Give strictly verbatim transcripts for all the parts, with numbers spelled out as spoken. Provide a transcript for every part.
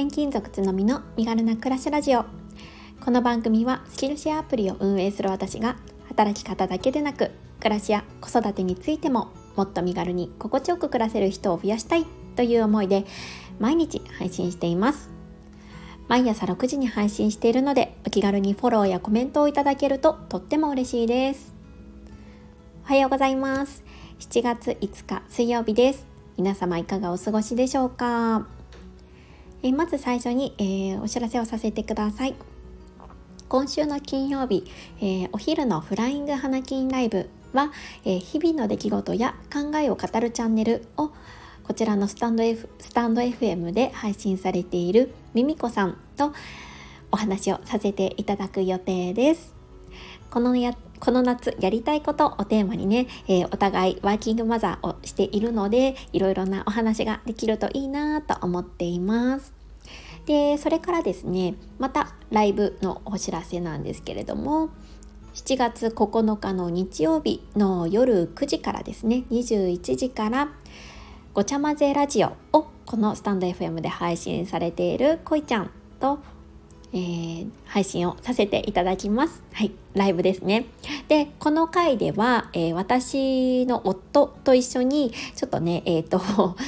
転勤族つのみの身軽な暮らしラジオ。この番組はスキルシェアアプリを運営する私が働き方だけでなく暮らしや子育てについてももっと身軽に心地よく暮らせる人を増やしたいという思いで毎日配信しています。毎朝ろくじに配信しているのでお気軽にフォローやコメントをいただけるととっても嬉しいです。おはようございます。しちがついつか水曜日です。皆様いかがお過ごしでしょうか。えまず最初に、えー、お知らせをさせてください。今週の金曜日、えー、お昼のフライング花金ライブは、えー、日々の出来事や考えを語るチャンネルをこちらのスタンド F、スタンド エフエム で配信されているミミコさんとお話をさせていただく予定です。このやこの夏やりたいことをテーマにね、えー、お互いワーキングマザーをしているのでいろいろなお話ができるといいなと思っています。で、それからですね、またライブのお知らせなんですけれども、しちがつここのかの日曜日の夜くじからですね、にじゅういちじからごちゃまぜラジオをこのスタンド エフエム で配信されているこいちゃんとえー、配信をさせていただきます。はい、ライブですね。で、この回では、えー、私の夫と一緒にちょっとね、えっと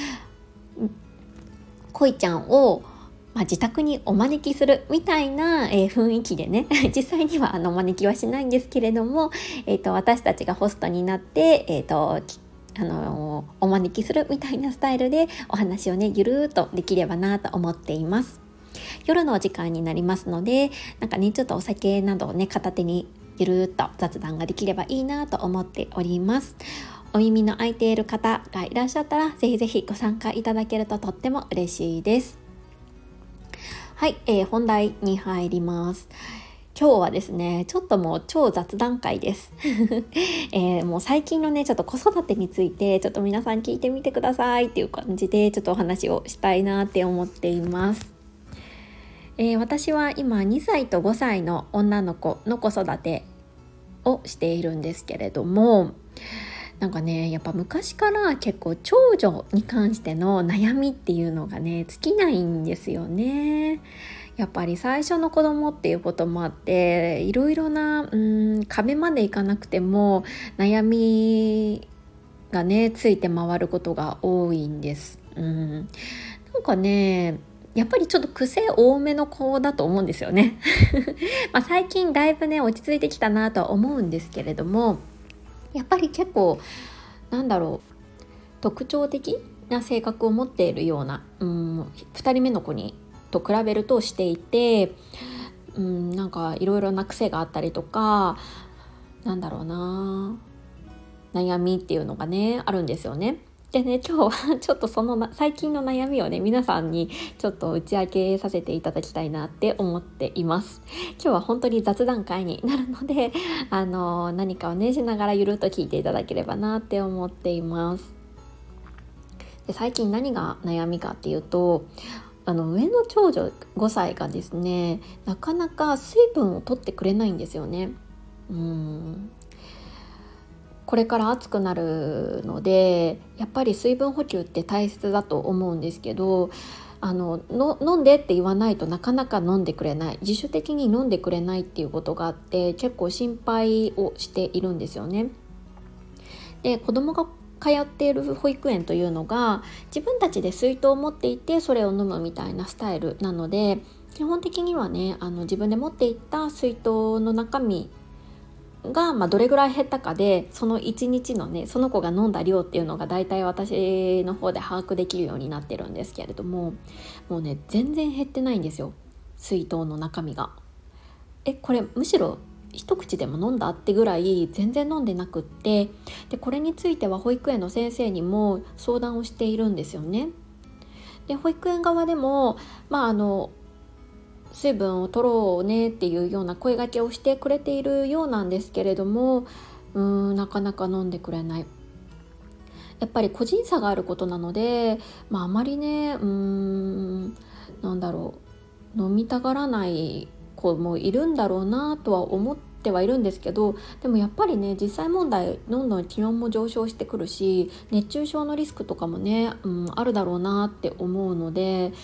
こいちゃんを、まあ、自宅にお招きするみたいな、えー、雰囲気でね実際にはあのお招きはしないんですけれども、えー、と私たちがホストになって、えー、とあのー、お招きするみたいなスタイルでお話をねゆるーっとできればなと思っています。夜のお時間になりますので、なんかねちょっとお酒などをね片手にゆるーっと雑談ができればいいなと思っております。お耳の空いている方がいらっしゃったらぜひぜひご参加いただけるととっても嬉しいです。はい、えー、本題に入ります。今日はですねちょっともう超雑談会です、えー、もう最近のねちょっと子育てについてちょっと皆さん聞いてみてくださいっていう感じでちょっとお話をしたいなって思っています。えー、私は今にさいとごさいの女の子の子育てをしているんですけれども、なんかねやっぱ昔から結構長女に関しての悩みっていうのがね尽きないんですよね。やっぱり最初の子供っていうこともあっていろいろなうーん壁までいかなくても悩みがねついて回ることが多いんです。うんなんかねやっぱりちょっと癖多めの子だと思うんですよねまあ最近だいぶね落ち着いてきたなとは思うんですけれども、やっぱり結構なんだろう特徴的な性格を持っているようなうんふたりめの子にと比べるとしていて、うんなんかいろいろな癖があったりとかなんだろうな悩みっていうのがねあるんですよね。でね今日はちょっとそのな最近の悩みをね皆さんにちょっと打ち明けさせていただきたいなって思っています。今日は本当に雑談会になるのであの何かをねしながらゆるっと聞いていただければなって思っています。で最近何が悩みかっていうとあの上の長女ごさいがですねなかなか水分を取ってくれないんですよね。うんこれから暑くなるのでやっぱり水分補給って大切だと思うんですけどあのの飲んでって言わないとなかなか飲んでくれない、自主的に飲んでくれないっていうことがあって結構心配をしているんですよね。で子供が通っている保育園というのが自分たちで水筒を持っていてそれを飲むみたいなスタイルなので基本的にはねあの自分で持っていった水筒の中身が、まあ、どれぐらい減ったかでそのいちにちのねその子が飲んだ量っていうのがだいたい私の方で把握できるようになってるんですけれども、もうね全然減ってないんですよ水筒の中身が。えこれむしろ一口でも飲んだってぐらい全然飲んでなくって、でこれについては保育園の先生にも相談をしているんですよね。で保育園側でもまああの水分を取ろうねっていうような声掛けをしてくれているようなんですけれども、うーんなかなか飲んでくれない。やっぱり個人差があることなので、まあ、あまりねうーんなんだろう飲みたがらない子もいるんだろうなとは思ってはいるんですけど、でもやっぱりね実際問題どんどん気温も上昇してくるし熱中症のリスクとかもね、うん、あるだろうなって思うので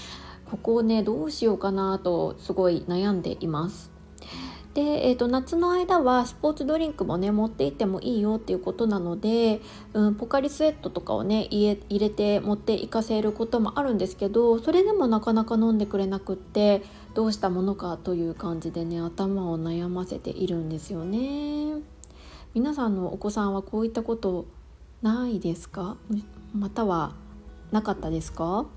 ここをねどうしようかなとすごい悩んでいます。で、えーと、夏の間はスポーツドリンクもね持って行ってもいいよっていうことなので、うん、ポカリスエットとかをね入れ、入れて持って行かせることもあるんですけど、それでもなかなか飲んでくれなくって、どうしたものかという感じでね頭を悩ませているんですよね。皆さんのお子さんはこういったことないですか？またはなかったですか？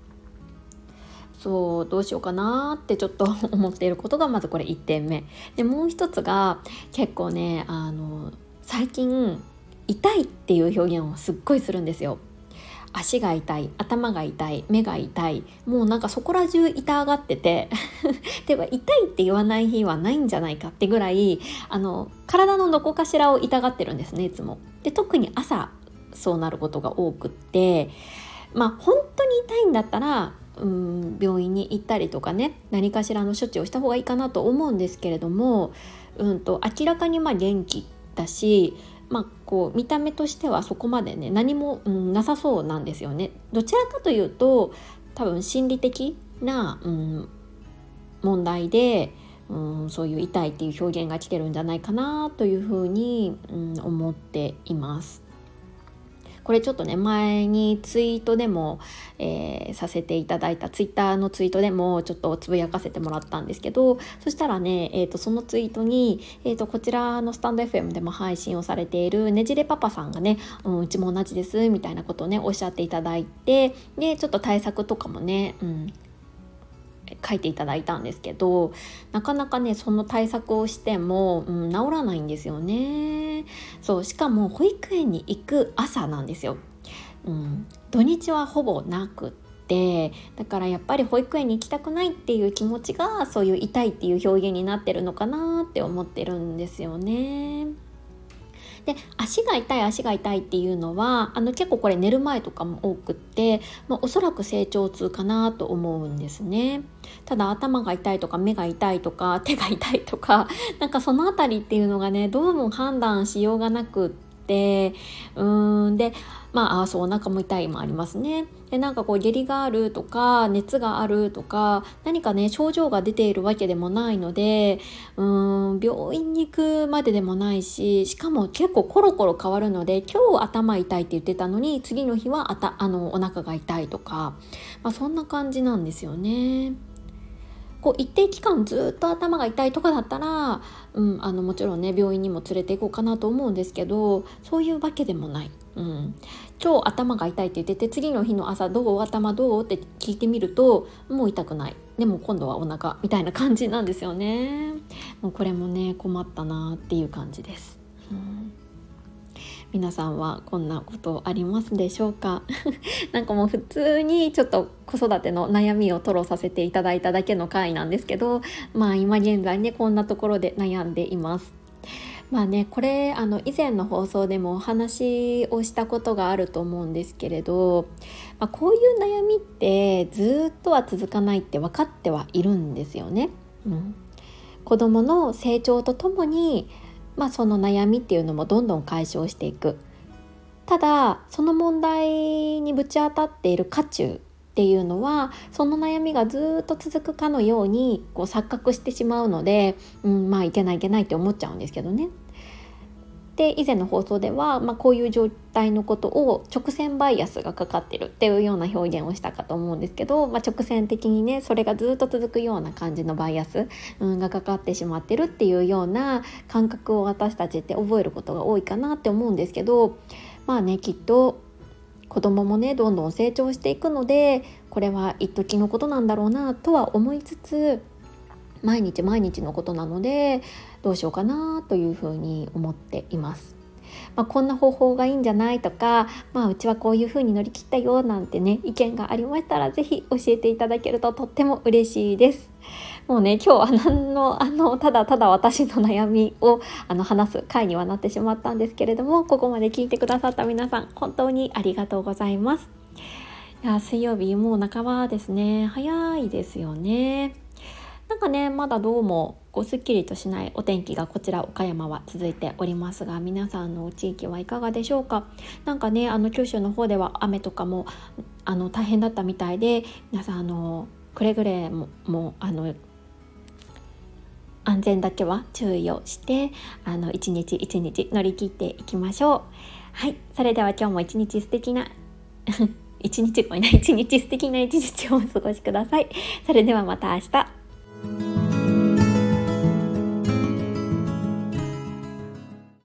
そうどうしようかなってちょっと思っていることがまずこれいってんめで、もう一つが結構ねあの最近痛いっていう表現をすっごいするんですよ。足が痛い、頭が痛い、目が痛い、もうなんかそこら中痛がっててでは痛いって言わない日はないんじゃないかってぐらい、あの体のどこかしらを痛がってるんですね、いつも。で特に朝そうなることが多くって、まあ本当に痛いんだったらうん病院に行ったりとかね、何かしらの処置をした方がいいかなと思うんですけれども、うんと明らかにまあ元気だし、まあ、こう見た目としてはそこまでね何も、うん、なさそうなんですよね。どちらかというと多分心理的な、うん、問題で、うん、そういう痛いっていう表現が来てるんじゃないかなというふうに、うん、思っています。これちょっとね前にツイートでも、えー、させていただいたツイッターのツイートでもちょっとつぶやかせてもらったんですけど、そしたらね、えー、とそのツイートに、えー、とこちらのスタンド エフエム でも配信をされているねじれパパさんがね、うん、うちも同じですみたいなことをねおっしゃっていただいて、でちょっと対策とかもね、うん書いていただいたんですけど、なかなかねその対策をしても、うん、治らないんですよね。そうしかも保育園に行く朝なんですよ、うん、土日はほぼなくって、だからやっぱり保育園に行きたくないっていう気持ちがそういう痛いっていう表現になってるのかなって思ってるんですよね。で足が痛い足が痛いっていうのはあの結構これ寝る前とかも多くって、まあ、おそらく成長痛かなと思うんですね。ただ頭が痛いとか目が痛いとか手が痛いとかなんかそのあたりっていうのがねどうも判断しようがなくって、うーんでまああそうお腹も痛いもありますね。でなんかこう下痢があるとか熱があるとか何かね症状が出ているわけでもないので、うーん病院に行くまででもないし、しかも結構コロコロ変わるので、今日頭痛いって言ってたのに次の日はあたあのお腹が痛いとか、まあ、そんな感じなんですよね。こう一定期間ずっと頭が痛いとかだったら、うん、あのもちろんね病院にも連れて行こうかなと思うんですけど、そういうわけでもない、うん、今日頭が痛いって言ってて次の日の朝どう頭どうって聞いてみるともう痛くない、でも今度はお腹みたいな感じなんですよね。もうこれもね困ったなっていう感じです、うん、皆さんはこんなことありますでしょうかなんかもう普通にちょっと子育ての悩みを吐露させていただいただけの回なんですけど、まあ今現在ねこんなところで悩んでいます。まあねこれあの以前の放送でもお話をしたことがあると思うんですけれど、まあ、こういう悩みってずっとは続かないって分かってはいるんですよね、うん、子どもの成長とともに、まあ、その悩みっていうのもどんどん解消していく。ただその問題にぶち当たっている渦中っていうのはその悩みがずっと続くかのようにこう錯覚してしまうので、うん、まあいけないいけないって思っちゃうんですけどね。で以前の放送では、まあ、こういう状態のことを直線バイアスがかかってるっていうような表現をしたかと思うんですけど、まあ、直線的にねそれがずっと続くような感じのバイアス、うん、がかかってしまってるっていうような感覚を私たちって覚えることが多いかなって思うんですけど、まあねきっと子供もねどんどん成長していくのでこれは一時のことなんだろうなとは思いつつ、毎日毎日のことなのでどうしようかなというふうに思っています。まあ、こんな方法がいいんじゃないとか、まあ、うちはこういうふうに乗り切ったよなんてね意見がありましたらぜひ教えていただけるととっても嬉しいです。もうね今日は何のあのただただ私の悩みをあの話す回にはなってしまったんですけれども、ここまで聞いてくださった皆さん本当にありがとうございます。いや水曜日もう半ばですね。早いですよね。なんかねまだどうもこうすっきりとしないお天気がこちら岡山は続いておりますが、皆さんの地域はいかがでしょうか。なんかねあの九州の方では雨とかもあの大変だったみたいで、皆さんあのくれぐれももうあの安全だけは注意をしてあの一日一日乗り切っていきましょう。はい、それでは今日も一日素敵な一日ごめんな一日素敵な一日をお過ごしください。それではまた明日。